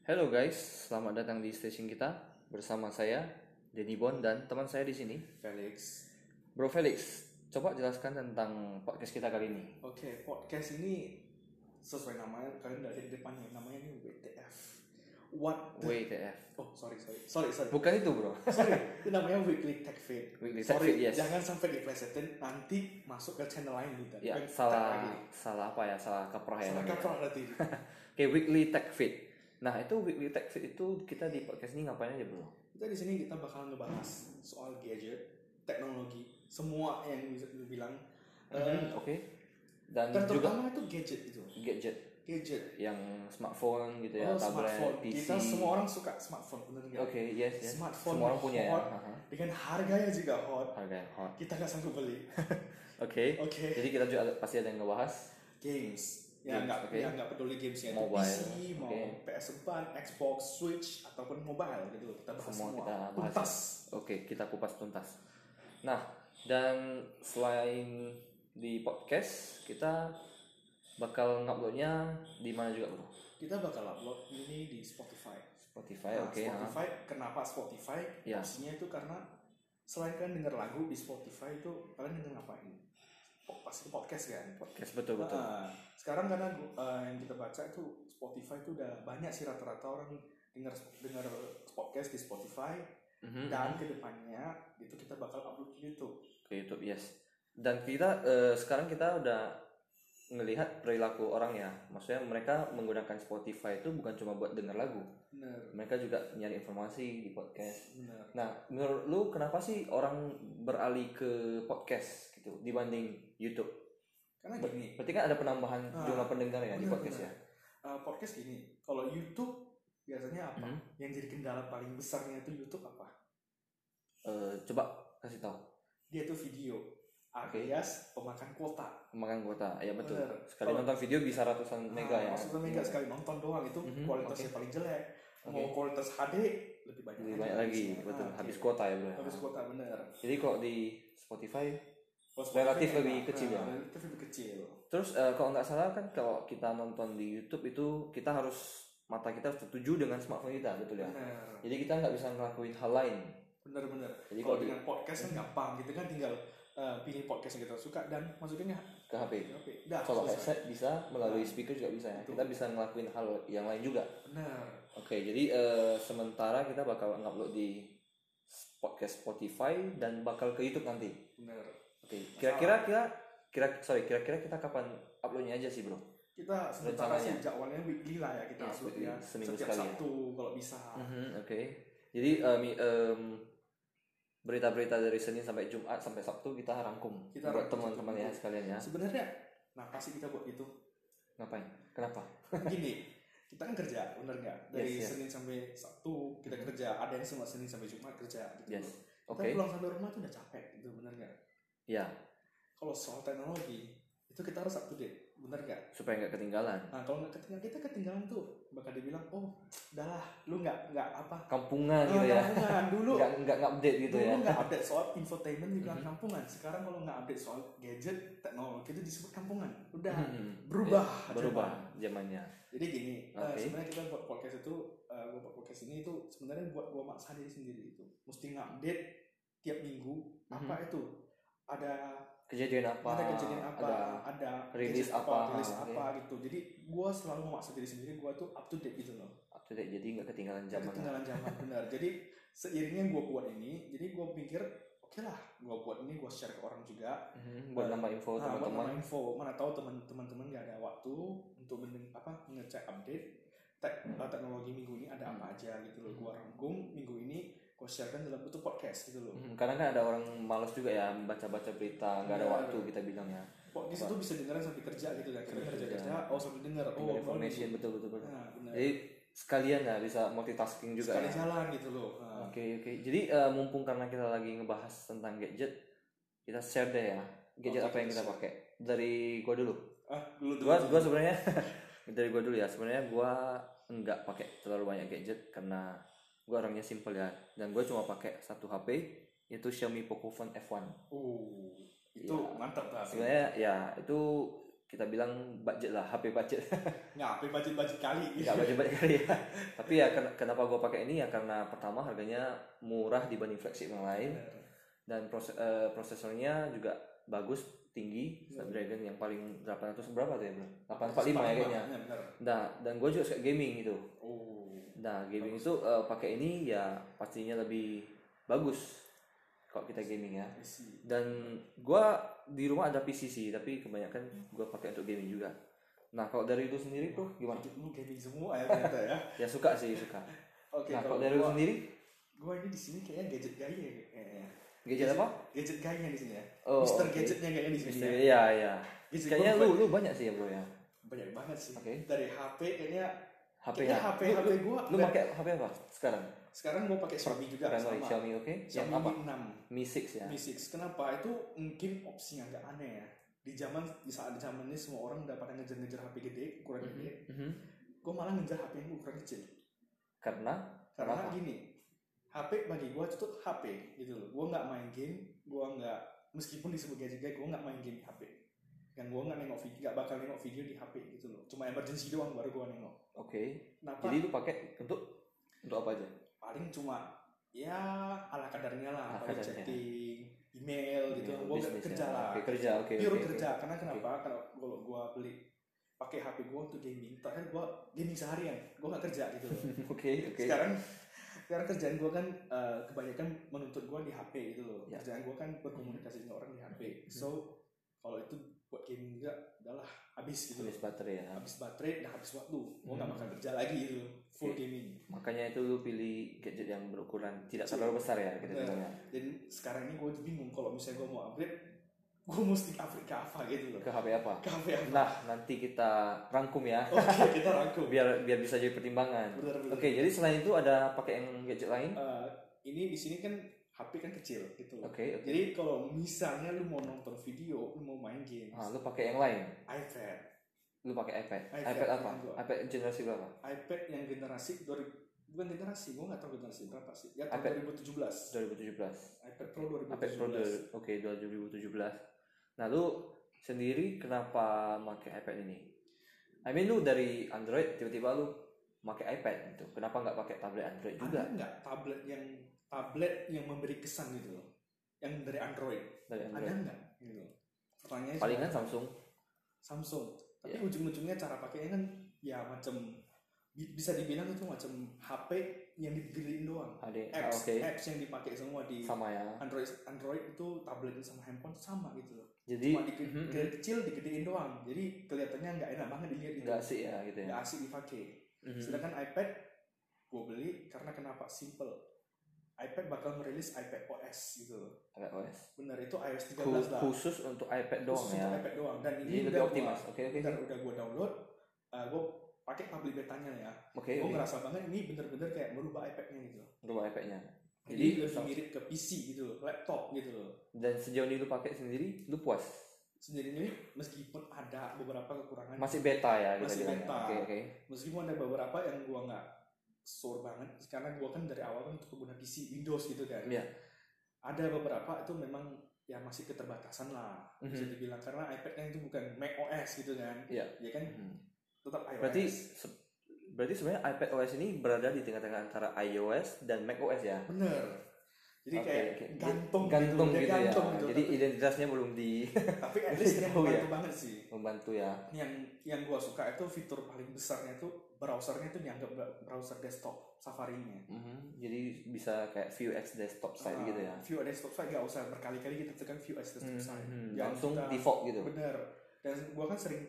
Hello guys, selamat datang di station kita bersama saya Denny Bon dan teman saya di sini Felix. Bro Felix. Coba jelaskan tentang podcast kita kali ini. Oke, podcast ini sesuai namanya, kalian dari depannya namanya ini WTF. What the... WTF. Oh, sorry. Bukan itu bro. Sorry, itu namanya Weekly Tech Feed. Weekly Tech Sorry, Feed, yes. jangan sampai diplesetin nanti masuk ke channel lain gitu. Ya, Kan salah tag lagi. salah kaprah ya. Salah kaprah berarti. Oke, Weekly Tech Feed. Nah, itu Weekly Tech Feed itu kita di podcast ini ngapain aja bro? Kita di sini kita bakal ngebahas soal gadget, teknologi, semua yang bisa dibilang. Oke. Dan juga Terutama itu gadget itu. Gadget. Yang smartphone gitu ya, tablet, smartphone. PC. Kita semua orang suka smartphone, bener nggak? Oke, yes. Smartphone Semua orang punya hot, ya. dengan harganya juga hot. Harganya hot. Kita nggak sanggup beli. Oke. Oke. Jadi kita juga pasti ada yang ngebahas Games. Yang nggak peduli gamesnya itu Mobile, PC, mau PS4, Xbox, Switch ataupun mobile gitu. Kita bahas semua. Kita bahas. Tuntas. Oke, kita kupas tuntas. Nah, dan selain di podcast, kita bakal nguploadnya di mana juga bro? Kita bakal upload ini di Spotify. Spotify, oke. Spotify, kenapa Spotify? Ya. Opsinya itu karena selain kalian denger lagu di Spotify itu kalian denger ngapain? Pasti podcast kan? Podcast betul. Sekarang karena yang kita baca itu Spotify itu udah banyak sih rata-rata orang denger podcast di Spotify. Dan kedepannya itu kita bakal upload ke YouTube. Ke YouTube, yes. Dan kita sekarang kita udah ngelihat perilaku orang ya, maksudnya mereka menggunakan Spotify itu bukan cuma buat denger lagu. Bener. Mereka juga nyari informasi di podcast. Bener. Nah, menurut lu kenapa sih orang beralih ke podcast gitu dibanding YouTube? Karena gini. Berarti kan ada penambahan jumlah pendengar ya di podcast ya. Podcast gini, kalau YouTube biasanya apa? Yang jadi kendala paling besarnya itu YouTube apa? Coba kasih tahu. Dia itu video. Alias pemakan kuota. Ya betul. Bener. Sekali nonton video bisa ratusan mega ya. Ratusan mega sekali nonton doang itu kualitasnya paling jelek. Mau kualitas HD lebih banyak lagi. Betul. Habis kuota ya bro. Habis kuota bener. Jadi kok di Spotify relatif lebih kecil ya. Relatif lebih kecil. Terus kalau nggak salah kan kalau kita nonton di YouTube itu kita harus mata kita harus tertuju dengan smartphone kita, betul ya. Bener. Jadi kita nggak bisa ngelakuin hal lain. Bener. Jadi kalau dengan podcast kan gampang, kita kan tinggal pilih podcast yang kita suka dan masukin ke HP. Kalau headset bisa, melalui speaker juga bisa ya. Kita bisa ngelakuin hal yang lain juga. Benar. Oke, jadi sementara kita bakal ngupload di podcast Spotify dan bakal ke YouTube nanti. Benar. Oke, kira-kira kita kapan uploadnya aja sih bro? Kita sementara sih jadwalnya weekly lah ya kita upload ya. Seminggu setiap sekali Sabtu kalau bisa. Oke. Jadi berita-berita dari Senin sampai Jumat sampai Sabtu kita rangkum buat teman-teman ya sekalian ya. Sebenarnya kenapa sih kita buat itu? Ngapain? Kenapa? Gini, kita kan kerja, bener nggak? Dari Senin sampai Sabtu kita kerja. Ada yang semua Senin sampai Jumat kerja gitu. Yes. Kita pulang sampai rumah tuh udah capek gitu, bener nggak? Ya. Kalau soal teknologi itu kita harus up to date, bener nggak? Supaya nggak ketinggalan. Nah kalau nggak ketinggalan, kita ketinggalan tuh bakal dibilang, oh, udahlah, lu nggak apa? Kampungan gitu ya. Kampungan dulu. nggak update gitu dulu ya. Dulu nggak update soal infotainment dibilang kampungan. Sekarang kalau nggak update soal gadget, teknologi itu disebut kampungan. Udah berubah zamannya. Jadi gini, sebenarnya kita buat podcast itu, gue buat podcast ini itu sebenarnya buat gue maksa diri sendiri itu, mesti ngupdate tiap minggu apa itu ada kejadian apa, ada rilis apa gitu. Jadi gue selalu memaksa diri sendiri, gue tuh up to date gitu loh. Up to date, jadi nggak ketinggalan zaman. Benar. Jadi seiringnya gue buat ini, jadi gue pikir oke lah, gue buat ini gue share ke orang juga. Buat nambah info teman-teman. Mana tahu teman-teman nggak ada waktu untuk ngecek update teknologi minggu ini ada apa aja gitu loh. Gue rangkum minggu ini, gue sharekan dalam bentuk podcast gitu loh. Karena kan ada orang malas juga ya baca-baca berita, nggak ada waktu kita bilang ya. Podcast itu bisa dengerin sambil kerja gitu kan. Kita kerja, sambil denger. Information betul. Nah, jadi sekalian ya bisa multitasking juga. Sekali jalan gitu loh. Oke. Jadi mumpung karena kita lagi ngebahas tentang gadget, kita share deh ya. Gadget apa yang kita pakai. Dari gua dulu. Gua sebenarnya dari gua dulu ya. Sebenarnya gua enggak pakai terlalu banyak gadget karena gue orangnya simple ya, dan gue cuma pakai satu HP yaitu Xiaomi Pocophone F1. Itu mantap lah. Sebenarnya ya itu kita bilang budget lah, HP budget. Nggak HP budget kali. Nggak budget kali ya. Tapi ya kenapa gue pakai ini ya karena pertama harganya murah dibanding flagship yang lain. Dan prosesornya juga bagus, tinggi. Snapdragon yang paling 800 berapa tuh ya bro? 845 ya kayaknya. Nah, dan gue juga suka gaming gitu. Nah, gaming itu pakai ini ya pastinya lebih bagus kalau kita gaming ya. Dan gue di rumah ada PC sih, tapi kebanyakan gue pakai untuk gaming juga. Nah, kalau dari lu sendiri tuh gimana? Lu gaming semua ya ternyata ya. Ya suka sih, suka. Oke, nah, kalau dari lu sendiri? Gue ini di sini kayaknya gadget gaya kayaknya. Gadget apa? Gadget gaya di sini ya. Oh, Mister Gadgetnya kayaknya di sini. Iya, iya. Kayaknya lu banyak sih ya bro ya. Banyak banget sih. Okay. Dari HP kayaknya HP gue. Lu pakai HP apa sekarang? Sekarang gue pakai Xiaomi juga sama. Xiaomi oke. Yang apa? Mi 6. Mi 6 ya. Mi 6. Kenapa? Itu mungkin opsi yang agak aneh ya. Di saat zaman ini semua orang udah pada ngejar HP gede, ukuran gede. Gue malah ngejar HP yang ukuran kecil. Karena gini, HP bagi gue itu HP gitu loh. Gue nggak main game, gue nggak, meskipun disebut gadget, gue nggak main game di HP. Yang gue nggak bakal nengok video di HP gitu loh. Cuma emergency doang baru gue nengok. Oke. Jadi lu pakai untuk apa aja? Paling cuma ya ala kadarnya lah, paling chatting, email gitu. Gue nggak kerja lah. Pure kerja. Karena kenapa? Kalau gue beli pakai HP gue untuk gaming, terakhir gue gaming seharian, gue nggak kerja gitu loh. Oke. Sekarang kerjaan gue kan kebanyakan menuntut gue di HP gitu loh. Ya. Kerjaan gue kan berkomunikasi dengan orang di HP. So kalau itu buat gaming juga udahlah habis gitu. Habis baterai ya. Habis baterai dan habis waktu. Gue nggak bakal kerja lagi gitu. Full gaming. Makanya itu lu pilih gadget yang berukuran tidak terlalu besar ya kita bilangnya. Dan sekarang ini gue bingung kalau misalnya gue mau upgrade, gue mesti upgrade ke apa gitu loh. Ke HP apa? Ke HP apa? Nah, nanti kita rangkum ya. Oke, kita rangkum. biar bisa jadi pertimbangan. Bener. Oke, jadi selain itu ada pakai yang gadget lain? Ini di sini kan HP kan kecil gitu. Oke. Jadi kalau misalnya lu mau nonton video, lu mau main game, lu pakai yang lain? iPad. Lu pakai iPad apa? iPad generasi berapa? iPad yang generasi bukan generasi, gue nggak tahu generasi berapa sih. Ya tahun 2017. iPad Pro 2017. iPad Pro 2017. Nah, lu sendiri kenapa pakai iPad ini? I mean lu dari Android tiba-tiba lu pakai iPad gitu. Kenapa nggak pakai tablet Android juga? Ada nggak tablet yang memberi kesan gitu loh? Yang dari Android. Ada nggak? Gitu. Pertanyaannya palingan Samsung. Tapi ujung-ujungnya cara pakainya kan ya macam bisa dibilang itu macam HP yang digedein doang. Apps yang dipakai semua di sama ya. Android itu tablet sama handphone sama gitu loh. Jadi cuma kecil digedein doang. Jadi kelihatannya nggak enak banget dilihat gitu. Nggak asik ya gitu ya. Nggak asik dipakai. Sedangkan iPad gue beli karena kenapa? Simple. iPad bakal merilis iPad OS gitu loh. iPad OS. Bener, itu iOS 13 lah. Khusus untuk iPad doang khusus ya. Untuk iPad doang. Dan ini lebih optimis. Oke. Udah gue download. Gue pakai public betanya ya. Gue ngerasa banget ini bener-bener kayak merubah iPad-nya gitu. Merubah iPad-nya. Jadi lebih mirip ke PC gitu loh, laptop gitu loh. Dan sejauh ini lu pakai sendiri, lu puas? Sendiri ini meskipun ada beberapa kekurangan. Masih beta ya. Masih beta. Oke. Meskipun ada beberapa yang gue nggak sure banget karena gue kan dari awal kan untuk pengguna PC Windows gitu kan. Iya. Ada beberapa itu memang ya masih keterbatasan lah bisa dibilang karena iPad-nya itu bukan Mac OS gitu kan. Iya. Ya kan tetap iOS. Berarti sebenarnya iPad OS ini berada di tengah-tengah antara iOS dan Mac OS ya. Bener. Jadi kayak gantung gitu ya. Jadi identitasnya belum di. Tapi at least dia membantu banget sih. Membantu ya. Yang gua suka itu fitur paling besarnya itu browsernya itu dianggap browser desktop Safari-nya. Jadi bisa kayak View X desktop site gitu ya. View desktop site gak usah berkali-kali kita tekan View X desktop site. Langsung default gitu. Bener. Dan gua kan sering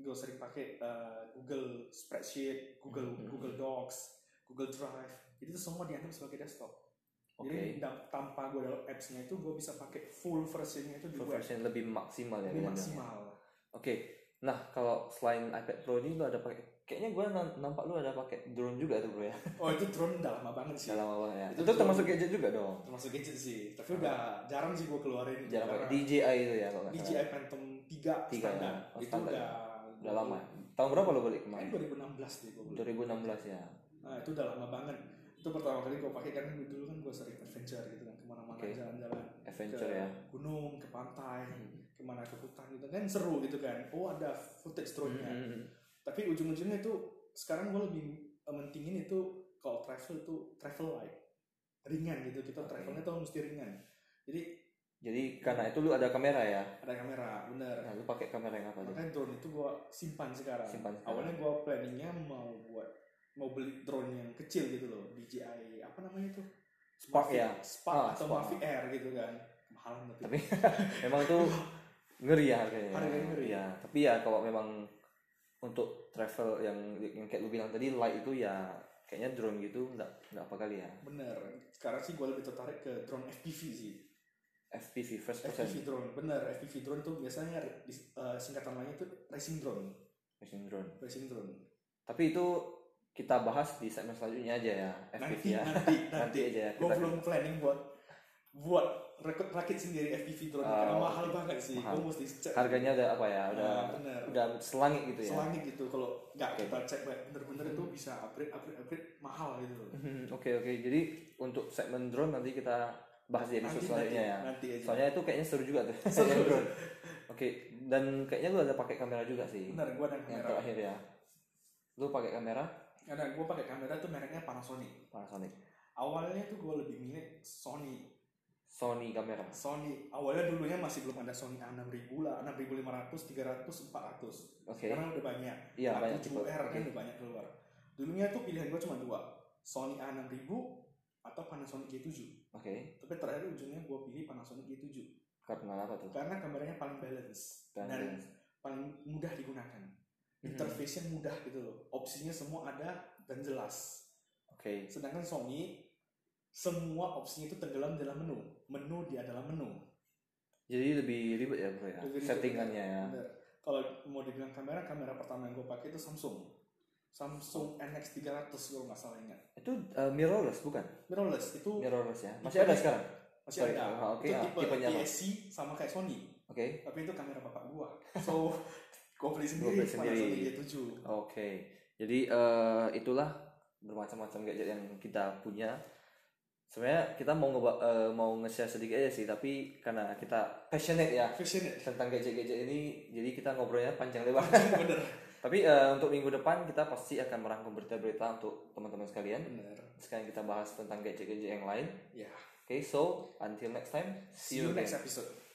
pakai Google Spreadsheet, Google Docs, Google Drive. Itu semua dianggap sebagai desktop. Jadi tanpa gue download apps-nya itu gue bisa pakai full version-nya itu di web. Version lebih maksimal ya. Lebih maksimal. Oke. Nah, kalau selain iPad Pro ini lu ada pakai, kayaknya gue nampak lu ada pakai drone juga tuh bro ya. Oh, itu drone udah lama banget sih. Udah lama banget ya. Itu termasuk gadget juga dong. Termasuk gadget sih. Tapi udah jarang sih gue keluarin. Jarang pakai DJI itu ya kalau nggak salah. DJI Phantom 3 standar. Itu udah lama. Tahun berapa lo beli kemarin? 2016 deh gue beli. 2016 ya. Nah, itu udah lama banget. Itu pertama kali gue pakai kan dulu kan gue sering adventure gitu kan, kemana-mana jalan-jalan, adventure ke ya, gunung, ke pantai, kemana, ke hutan gitu kan, seru gitu kan. Oh ada footage drone-nya. Tapi ujung-ujungnya itu sekarang gue lebih mentingin itu kalau travel itu travel light, ringan gitu. Kita travelnya tuh mesti ringan. Jadi karena itu lu ada kamera ya? Ada kamera, bener. Nah, lu pakai kamera yang apa? Makanya drone itu gue simpan sekarang. Awalnya gue planningnya mau beli drone yang kecil gitu loh, DJI apa namanya tuh? Spark ya? Spark atau Mavic Air gitu kan, mahalan tapi memang itu ngeri ya harganya. Harganya ngeri ya. Tapi ya kalau memang untuk travel yang kayak lu bilang tadi light itu ya kayaknya drone gitu nggak apa kali ya. Bener. Sekarang sih gue lebih tertarik ke drone FPV sih. FPV, first person. FPV drone, bener. FPV drone tuh biasanya singkatan lainnya tuh racing drone. Racing drone. Tapi itu kita bahas di segmen selanjutnya aja ya, FPV ya. Nanti aja ya. Gue belum planning buat rakit sendiri FPV drone karena mahal banget sih. Gue mesti cek. Harganya udah apa ya? Udah selangit gitu ya. Selangit gitu. Kalau nggak kita cek bener-bener itu bisa upgrade mahal gitu. Oke. Jadi untuk segmen drone nanti kita bahas di episode selanjutnya ya. Soalnya itu kayaknya seru juga tuh. Seru. Oke. Dan kayaknya lu ada pakai kamera juga sih. Bener, gue ada kamera. Yang terakhir ya. Lu pakai kamera? Ada, gue pakai kamera tuh mereknya Panasonic. Awalnya tuh gue lebih milih Sony kamera. Awalnya dulunya masih belum ada Sony A6000 lah, 6500, 300, 400. Sekarang udah banyak. Iya, banyak tipe. R kan udah banyak keluar. Dulunya tuh pilihan gue cuma 2, Sony A6000 atau Panasonic G7. Tapi terakhir ujungnya gue pilih Panasonic G7. Karena apa tuh? Karena kameranya paling balance. Dan paling mudah digunakan. Interface-nya mudah gitu loh. Opsinya semua ada dan jelas. Sedangkan Sony semua opsinya itu tenggelam dalam menu dia dalam menu. Jadi lebih ribet ya bro ya, settingannya ya. Bener. Kalau mau dibilang kamera pertama yang gue pakai itu Samsung NX300 kalau nggak salah ingat. Itu mirrorless bukan? Mirrorless ya. Masih ada sekarang? Masih ada. Itu tipenya PSC sama kayak Sony. Tapi itu kamera bapak gua. So gue beli sendiri. Panasonic G7. Jadi itulah bermacam-macam gadget yang kita punya. Sebenarnya kita mau nge-share sedikit aja sih, tapi karena kita passionate tentang gadget-gadget ini, jadi kita ngobrolnya panjang lebar. Bener. Tapi untuk minggu depan kita pasti akan merangkum berita-berita untuk teman-teman sekalian. Sekarang kita bahas tentang gadget-gadget yang lain. Yeah. So until next time, see you next episode.